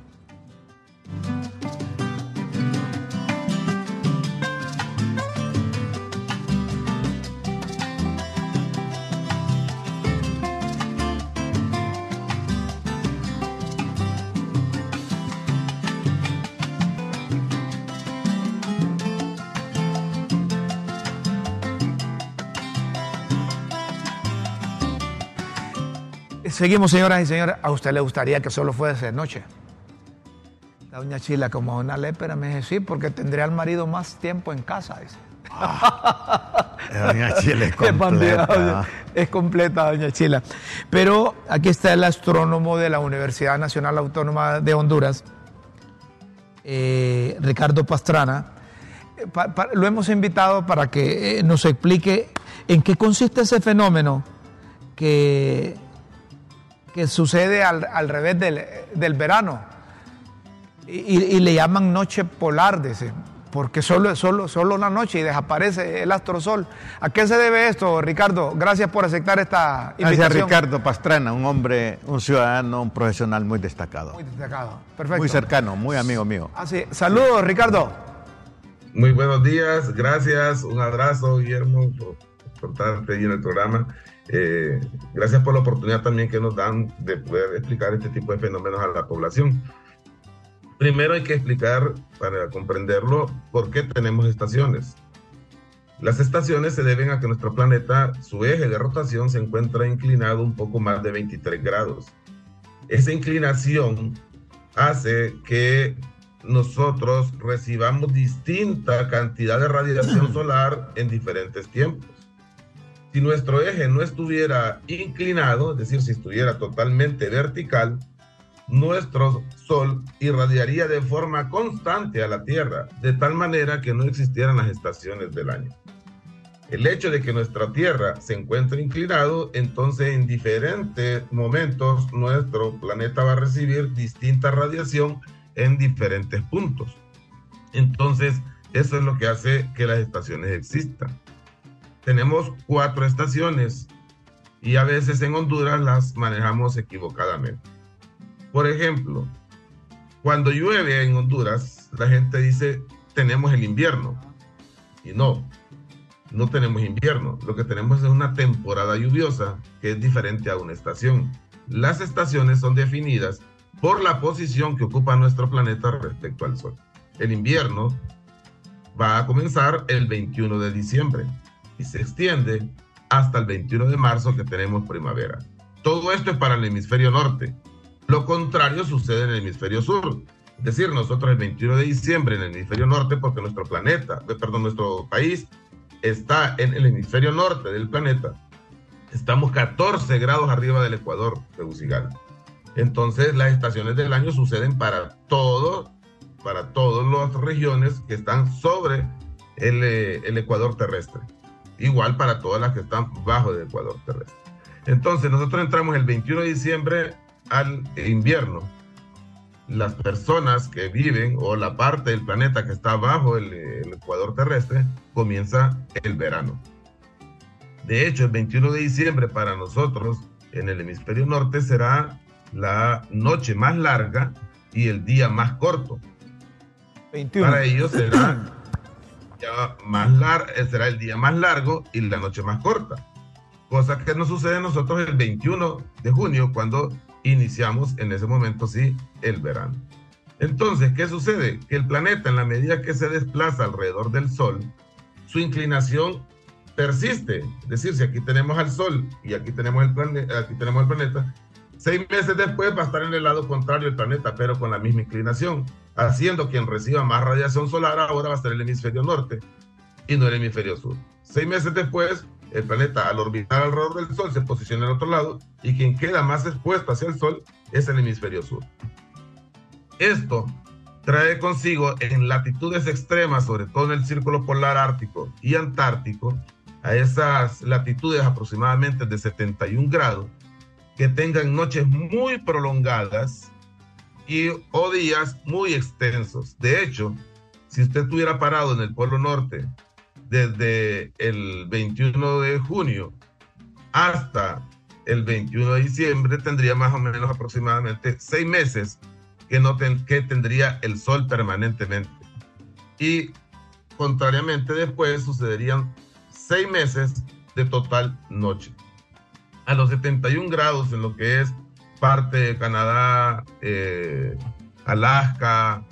Seguimos, señoras y señores. ¿A usted le gustaría que solo fuese de noche? La doña Chila, como una lépera, me dice sí, porque tendría al marido más tiempo en casa, dice. Doña Chila es completa. Es completa, doña Chila. Pero aquí está el astrónomo de la Universidad Nacional Autónoma de Honduras, Ricardo Pastrana. Lo hemos invitado para que nos explique en qué consiste ese fenómeno que sucede al revés del verano, y le llaman noche polar, dice, porque solo una noche y desaparece el astro sol. ¿A qué se debe esto, Ricardo? Gracias por aceptar esta invitación. Gracias, Ricardo Pastrana, un hombre, un ciudadano, un profesional muy destacado. Muy destacado, perfecto. Muy cercano, muy amigo mío. Así, saludos, sí. Ricardo. Muy buenos días, gracias, un abrazo, Guillermo, por estarte ahí en el programa. Gracias por la oportunidad también que nos dan de poder explicar este tipo de fenómenos a la población. Primero hay que explicar, para comprenderlo, por qué tenemos estaciones. Las estaciones se deben a que nuestro planeta, su eje de rotación se encuentra inclinado un poco más de 23 grados. Esa inclinación hace que nosotros recibamos distinta cantidad de radiación solar en diferentes tiempos. Si nuestro eje no estuviera inclinado, es decir, si estuviera totalmente vertical, nuestro Sol irradiaría de forma constante a la Tierra, de tal manera que no existieran las estaciones del año. El hecho de que nuestra Tierra se encuentre inclinado, entonces en diferentes momentos nuestro planeta va a recibir distinta radiación en diferentes puntos. Entonces, eso es lo que hace que las estaciones existan. Tenemos 4 estaciones y a veces en Honduras las manejamos equivocadamente. Por ejemplo, cuando llueve en Honduras, la gente dice, tenemos el invierno. Y no tenemos invierno. Lo que tenemos es una temporada lluviosa que es diferente a una estación. Las estaciones son definidas por la posición que ocupa nuestro planeta respecto al Sol. El invierno va a comenzar el 21 de diciembre y se extiende hasta el 21 de marzo, que tenemos primavera. Todo esto es para el hemisferio norte. Lo contrario sucede en el hemisferio sur. Es decir, nosotros el 21 de diciembre en el hemisferio norte, porque nuestro país está en el hemisferio norte del planeta, estamos 14 grados arriba del ecuador Tegucigalpa. Entonces las estaciones del año suceden para todas las regiones que están sobre el ecuador terrestre. Igual para todas las que están bajo del ecuador terrestre. Entonces nosotros entramos el 21 de diciembre al invierno. Las personas que viven, o la parte del planeta que está bajo el ecuador terrestre, comienza el verano. De hecho, el 21 de diciembre para nosotros en el hemisferio norte será la noche más larga y el día más corto. 21. Para ellos será será el día más largo y la noche más corta. Cosa que nos sucede a nosotros el 21 de junio, cuando iniciamos en ese momento, sí, el verano. Entonces, ¿qué sucede? Que el planeta, en la medida que se desplaza alrededor del Sol, su inclinación persiste. Es decir, si aquí tenemos al Sol y aquí tenemos el planeta, 6 meses después va a estar en el lado contrario del planeta, pero con la misma inclinación, haciendo quien reciba más radiación solar ahora va a ser el hemisferio norte y no el hemisferio sur. 6 meses después, el planeta al orbitar alrededor del Sol se posiciona al otro lado y quien queda más expuesto hacia el Sol es el hemisferio sur. Esto trae consigo en latitudes extremas, sobre todo en el círculo polar ártico y antártico, a esas latitudes aproximadamente de 71 grados, que tengan noches muy prolongadas o días muy extensos. De hecho, si usted estuviera parado en el Polo Norte desde el 21 de junio hasta el 21 de diciembre, tendría más o menos aproximadamente 6 meses que tendría el sol permanentemente. Y contrariamente después sucederían 6 meses de total noche. A los 71 grados en lo que es parte de Canadá, Alaska,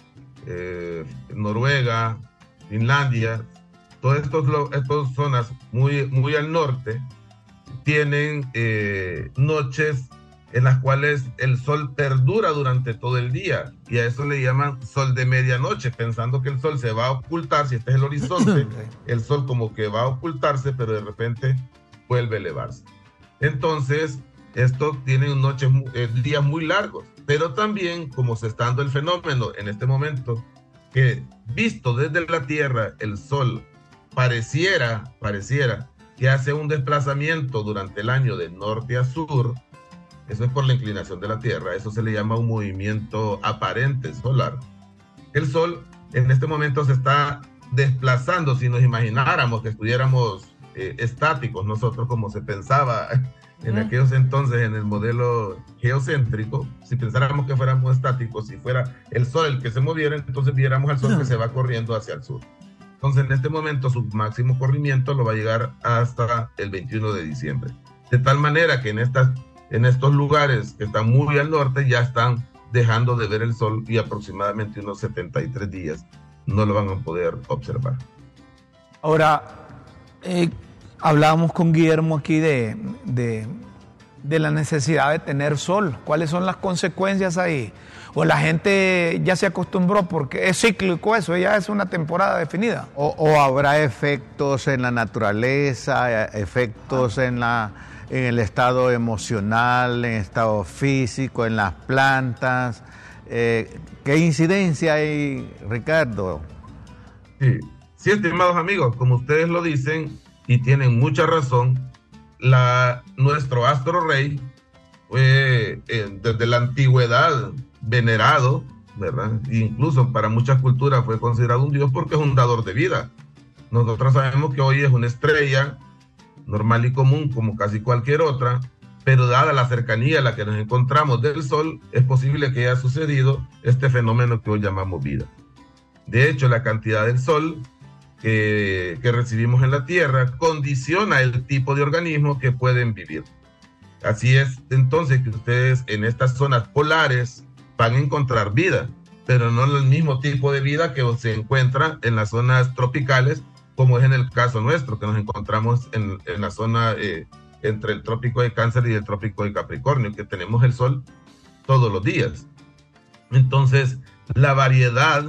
Noruega, Finlandia, todas estas zonas muy al norte tienen noches en las cuales el sol perdura durante todo el día, y a eso le llaman sol de medianoche, pensando que el sol se va a ocultar. Si este es el horizonte, el sol como que va a ocultarse, pero de repente vuelve a elevarse. Entonces, estos tienen días muy largos, pero también, como se está dando el fenómeno en este momento, que visto desde la Tierra, el sol pareciera que hace un desplazamiento durante el año de norte a sur. Eso es por la inclinación de la Tierra. Eso se le llama un movimiento aparente solar. El Sol en este momento se está desplazando. Si nos imagináramos que estuviéramos estáticos nosotros, como se pensaba en aquellos entonces en el modelo geocéntrico, si pensáramos que fuéramos estáticos, si fuera el Sol el que se moviera, entonces viéramos al Sol que se va corriendo hacia el sur. Entonces en este momento su máximo corrimiento lo va a llegar hasta el 21 de diciembre. De tal manera que en estos lugares que están muy al norte ya están dejando de ver el sol, y aproximadamente unos 73 días no lo van a poder observar. Ahora, hablábamos con Guillermo aquí de la necesidad de tener sol. ¿Cuáles son las consecuencias ahí? O la gente ya se acostumbró porque es cíclico eso, ya es una temporada definida. O habrá efectos en la naturaleza, efectos en el estado emocional, en el estado físico, en las plantas. ¿Qué incidencia hay, Ricardo? Sí, estimados amigos, como ustedes lo dicen y tienen mucha razón, nuestro astro rey fue desde la antigüedad venerado, ¿verdad? Incluso para muchas culturas fue considerado un dios porque es un dador de vida. Nosotros sabemos que hoy es una estrella normal y común como casi cualquier otra, pero dada la cercanía a la que nos encontramos del Sol, es posible que haya sucedido este fenómeno que hoy llamamos vida. De hecho, la cantidad del Sol que recibimos en la Tierra condiciona el tipo de organismo que pueden vivir. Así es entonces que ustedes en estas zonas polares van a encontrar vida, pero no el mismo tipo de vida que se encuentra en las zonas tropicales, como es en el caso nuestro, que nos encontramos en la zona entre el trópico de Cáncer y el trópico de Capricornio, que tenemos el sol todos los días. Entonces, la variedad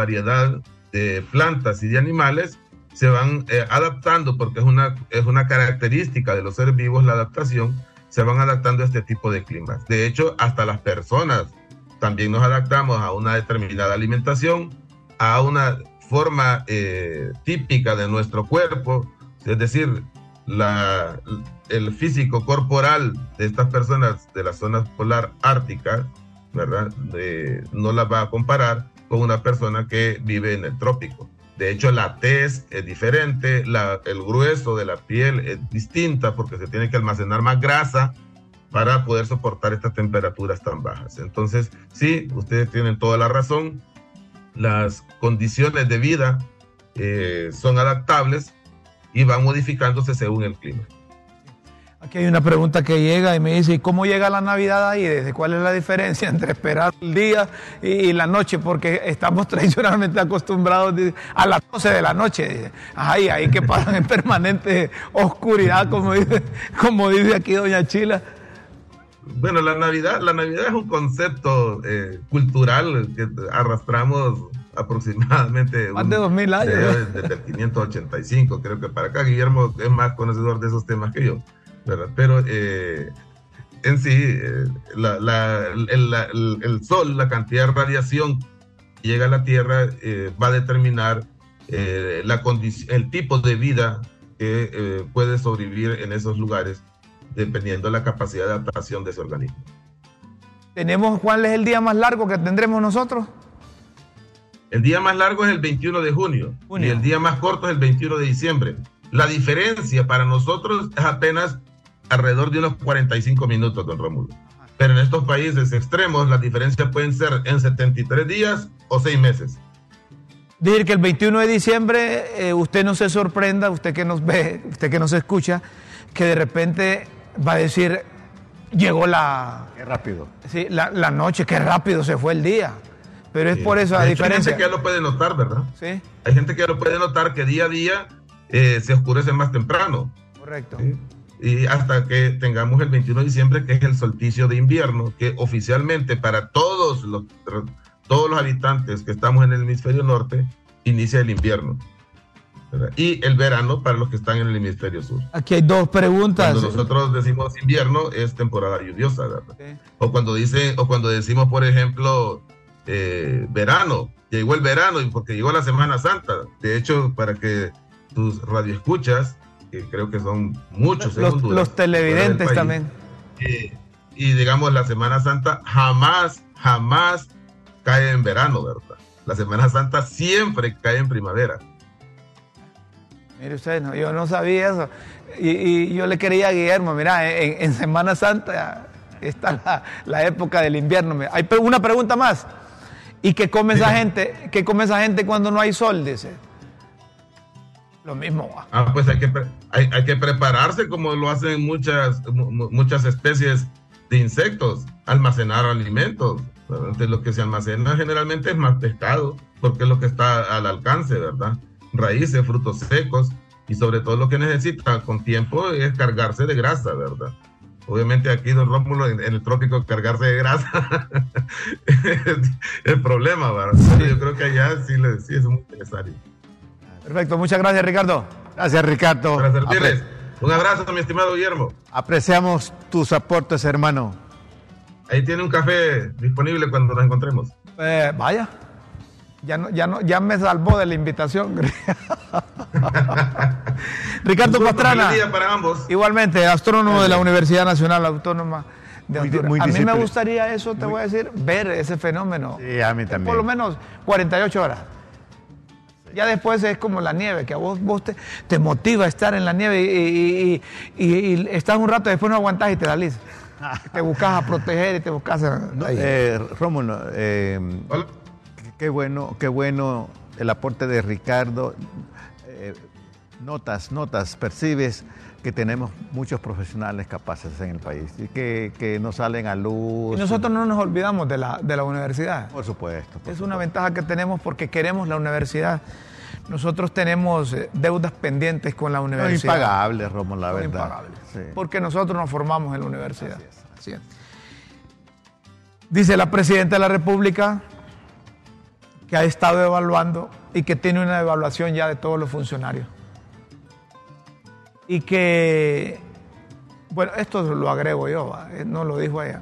de plantas y de animales se van adaptando, porque es una característica de los seres vivos, la adaptación, se van adaptando a este tipo de climas. De hecho, hasta las personas también nos adaptamos a una determinada alimentación, a una forma típica de nuestro cuerpo, es decir, el físico corporal de estas personas de las zonas polar árticas, ¿verdad? No la va a comparar con una persona que vive en el trópico. De hecho, la tez es diferente, el grueso de la piel es distinta porque se tiene que almacenar más grasa para poder soportar estas temperaturas tan bajas. Entonces, sí, ustedes tienen toda la razón. Las condiciones de vida son adaptables y van modificándose según el clima. Aquí hay una pregunta que llega y me dice, ¿y cómo llega la Navidad ahí? ¿Cuál es la diferencia entre esperar el día y la noche? Porque estamos tradicionalmente acostumbrados a las 12 de la noche. Ay, ahí que pasan en permanente oscuridad, como dice aquí doña Chila. bueno, la Navidad es un concepto cultural que arrastramos aproximadamente más de 2000 años. Desde el 585, creo que para acá. Guillermo es más conocedor de esos temas que yo, ¿verdad? Pero en sí, el sol, la cantidad de radiación que llega a la Tierra va a determinar el tipo de vida que puede sobrevivir en esos lugares, dependiendo de la capacidad de adaptación de ese organismo. ¿Cuál es el día más largo que tendremos nosotros? El día más largo es el 21 de junio y el día más corto es el 21 de diciembre. La diferencia para nosotros es apenas alrededor de unos 45 minutos, don Rómulo. Pero en estos países extremos las diferencias pueden ser en 73 días o 6 meses. Decir que el 21 de diciembre usted no se sorprenda, usted que nos ve, usted que nos escucha, que de repente va a decir, llegó Qué rápido. Sí, la noche, qué rápido se fue el día. Pero es por eso la diferencia. Hay gente que ya lo puede notar, ¿verdad? Sí. Hay gente que ya lo puede notar que día a día se oscurece más temprano. Correcto. ¿Sí? Y hasta que tengamos el 21 de diciembre, que es el solsticio de invierno, que oficialmente para todos los habitantes que estamos en el hemisferio norte, inicia el invierno, ¿verdad? Y el verano para los que están en el hemisferio sur. Aquí hay dos preguntas. Cuando nosotros decimos invierno, es temporada lluviosa, ¿verdad? Sí. O cuando decimos, por ejemplo, verano, llegó el verano y porque llegó la Semana Santa. De hecho, para que tus radioescuchas, que creo que son muchos en Honduras, los televidentes país, también, y digamos la Semana Santa jamás cae en verano, ¿verdad? La Semana Santa siempre cae en primavera. Mire usted, yo no sabía eso, y yo le quería a Guillermo, mira, en Semana Santa está la época del invierno. Hay una pregunta más. ¿Y qué come esa gente? ¿Qué come esa gente cuando no hay sol? Dice. Lo mismo. Pues hay que prepararse como lo hacen muchas especies de insectos, almacenar alimentos. Entonces, lo que se almacena generalmente es más pescado, porque es lo que está al alcance, ¿verdad? Raíces, frutos secos, y sobre todo lo que necesita con tiempo es cargarse de grasa, ¿verdad? Obviamente aquí, don Rómulo, en el trópico cargarse de grasa es el problema, ¿verdad? Sí. Yo creo que allá sí es muy necesario. Perfecto, muchas gracias, Ricardo. Gracias, Ricardo. Para servirles. Un abrazo, mi estimado Guillermo. Apreciamos tus aportes, hermano. Ahí tiene un café disponible cuando nos encontremos. Vaya. Ya me salvó de la invitación. Ricardo Pastrana. Feliz día para ambos. Igualmente, astrónomo de la Universidad Nacional Autónoma de Honduras. A mí me gustaría eso, te voy a decir, ver ese fenómeno. Sí, a mí también. Por lo menos 48 horas. Ya después es como la nieve, que a vos te motiva a estar en la nieve y estás un rato, después no aguantás y te salís. Te buscas a proteger y te buscas a... Rómulo, qué bueno el aporte de Ricardo. Notas, percibes que tenemos muchos profesionales capaces en el país y que no salen a luz. Y nosotros no nos olvidamos de la universidad. Por supuesto. Es una ventaja que tenemos porque queremos la universidad. Nosotros tenemos deudas pendientes con la universidad. Son impagables, Rómulo, la verdad. Impagables. Sí. Porque nosotros nos formamos en la universidad. Así es. Dice la Presidenta de la República que ha estado evaluando y que tiene una evaluación ya de todos los funcionarios. Y que, bueno, esto lo agrego yo, no lo dijo ella.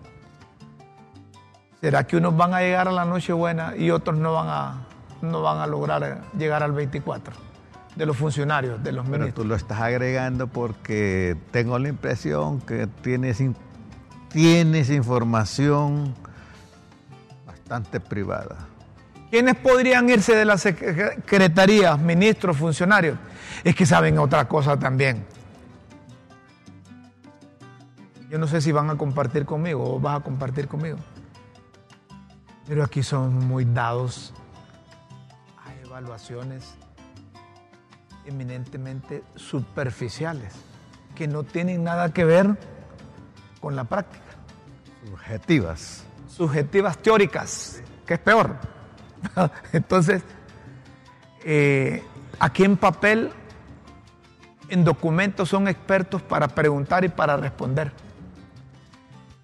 ¿Será que unos van a llegar a la Nochebuena y otros no van a lograr llegar al 24? De los funcionarios, de los ministros. Pero tú lo estás agregando porque tengo la impresión que tienes información bastante privada. ¿Quiénes podrían irse de las secretarías, ministros, funcionarios? Es que saben otra cosa también. Yo no sé si van a compartir conmigo o vas a compartir conmigo. Pero aquí son muy dados a evaluaciones eminentemente superficiales, que no tienen nada que ver con la práctica. Subjetivas teóricas, que es peor. Entonces, aquí en papel, en documentos son expertos para preguntar y para responder.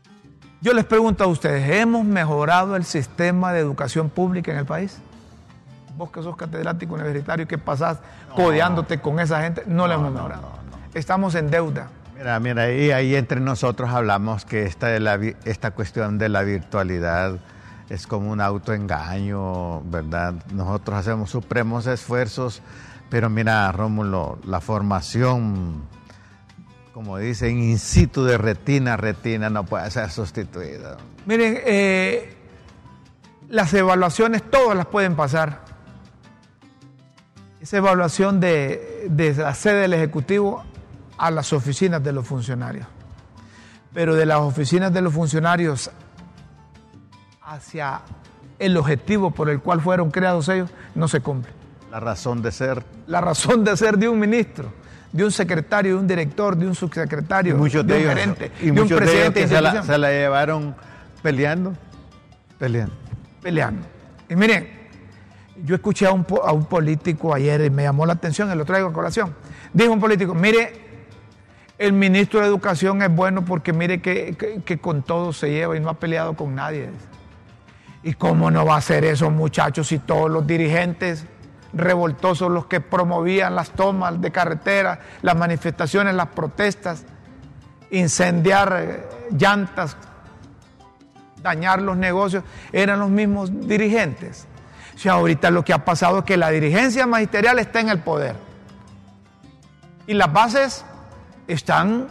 Yo les pregunto a ustedes, ¿hemos mejorado el sistema de educación pública en el país? Vos que sos catedrático universitario, que pasás codeándote con esa gente, no lo hemos mejorado. No. Estamos en deuda. Mira, y ahí entre nosotros hablamos que esta cuestión de la virtualidad es como un autoengaño, ¿verdad? Nosotros hacemos supremos esfuerzos, pero mira, Rómulo, la formación, como dicen, in situ de retina a retina no puede ser sustituida. Miren, las evaluaciones todas las pueden pasar. Esa evaluación de la sede del Ejecutivo a las oficinas de los funcionarios. Pero de las oficinas de los funcionarios hacia el objetivo por el cual fueron creados ellos, no se cumple. La razón de ser. La razón de ser de un ministro, de un secretario, de un director, de un subsecretario, de un gerente, de un presidente. Se la llevaron peleando. Y miren, yo escuché a un político ayer y me llamó la atención, y lo traigo a colación. Dijo un político, mire, el ministro de Educación es bueno porque mire que con todo se lleva y no ha peleado con nadie. ¿Y cómo no va a hacer eso, muchachos, si todos los dirigentes revoltosos, los que promovían las tomas de carretera, las manifestaciones, las protestas, incendiar llantas, dañar los negocios, eran los mismos dirigentes? O sea, ahorita lo que ha pasado es que la dirigencia magisterial está en el poder y las bases están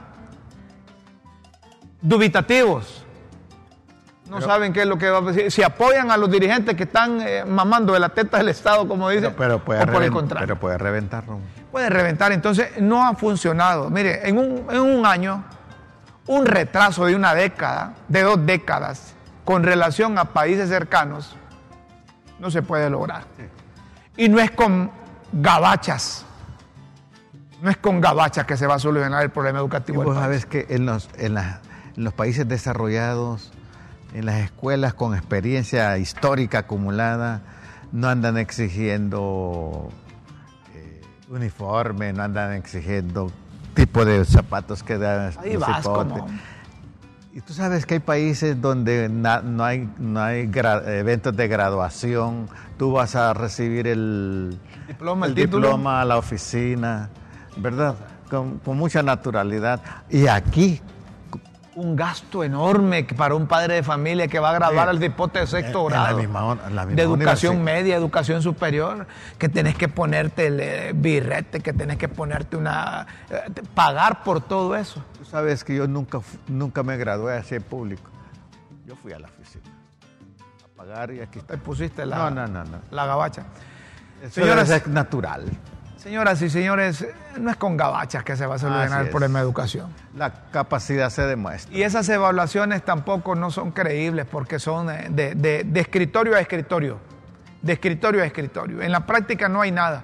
dubitativos. No saben qué es lo que va a decir. Si apoyan a los dirigentes que están mamando de la teta del Estado, como dicen, pero o por el contrario. Pero puede reventar, ¿no? Puede reventar. Entonces, no ha funcionado. Mire, en un año, un retraso de una década, de 2 décadas, con relación a países cercanos, no se puede lograr. Y no es con gabachas. No es con gabachas que se va a solucionar el problema educativo. Y vos sabés que en los países desarrollados, en las escuelas con experiencia histórica acumulada, no andan exigiendo uniforme, no andan exigiendo tipo de zapatos que dan. Ahí vas, como... Y tú sabes que hay países donde no hay eventos de graduación, tú vas a recibir el diploma a la oficina, ¿verdad? Con mucha naturalidad. Y aquí... un gasto enorme para un padre de familia que va a graduar al cipote de 6º grado. De educación media, educación superior, que tenés que ponerte el birrete, que tenés que ponerte pagar por todo eso. Tú sabes que yo nunca me gradué así en público. Yo fui a la oficina a pagar y aquí está. Te pusiste la gabacha. Señoras, es natural. Señoras y señores, no es con gabachas que se va a solucionar el problema de educación. La capacidad se demuestra. Y esas evaluaciones tampoco no son creíbles porque son de escritorio a escritorio. De escritorio a escritorio. En la práctica no hay nada.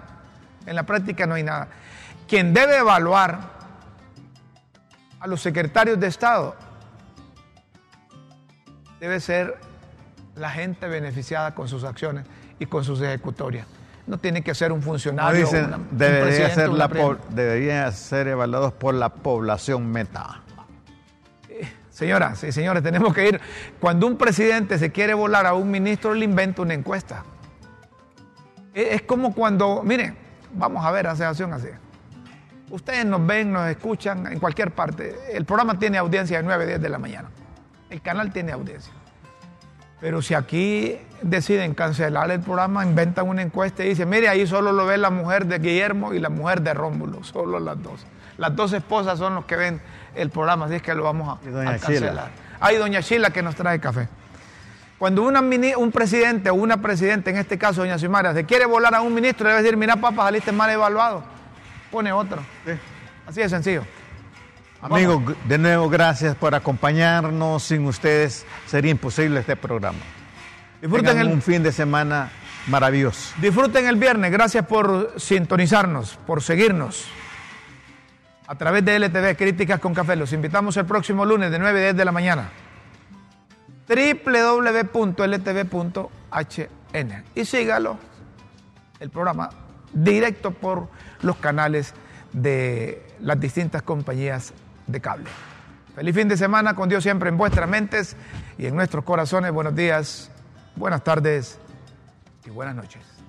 Quien debe evaluar a los secretarios de Estado debe ser la gente beneficiada con sus acciones y con sus ejecutorias. No tiene que ser un funcionario. Deberían ser evaluados por la población meta. Señoras y señores, tenemos que ir. Cuando un presidente se quiere volar a un ministro, le inventa una encuesta. Es como cuando, miren, vamos a ver asociación así. Ustedes nos ven, nos escuchan en cualquier parte. El programa tiene audiencia de 9 a 10 de la mañana. El canal tiene audiencia. Pero si aquí deciden cancelar el programa, inventan una encuesta y dicen, mire, ahí solo lo ve la mujer de Guillermo y la mujer de Rómulo, solo las dos. Las dos esposas son los que ven el programa, así es que lo vamos a cancelar. Hay doña Sheila que nos trae café. Cuando un presidente o una presidenta, en este caso doña Xiomara, se quiere volar a un ministro, debe decir, mira papá, saliste mal evaluado, pone otro. Sí. Así de sencillo. Amigos, de nuevo, gracias por acompañarnos. Sin ustedes sería imposible este programa. Disfruten un fin de semana maravilloso. Disfruten el viernes. Gracias por sintonizarnos, por seguirnos a través de LTV Críticas con Café. Los invitamos el próximo lunes de 9 a 10 de la mañana. www.ltv.hn y sígalo, el programa, directo por los canales de las distintas compañías de cable. Feliz fin de semana, con Dios siempre en vuestras mentes y en nuestros corazones. Buenos días, buenas tardes y buenas noches.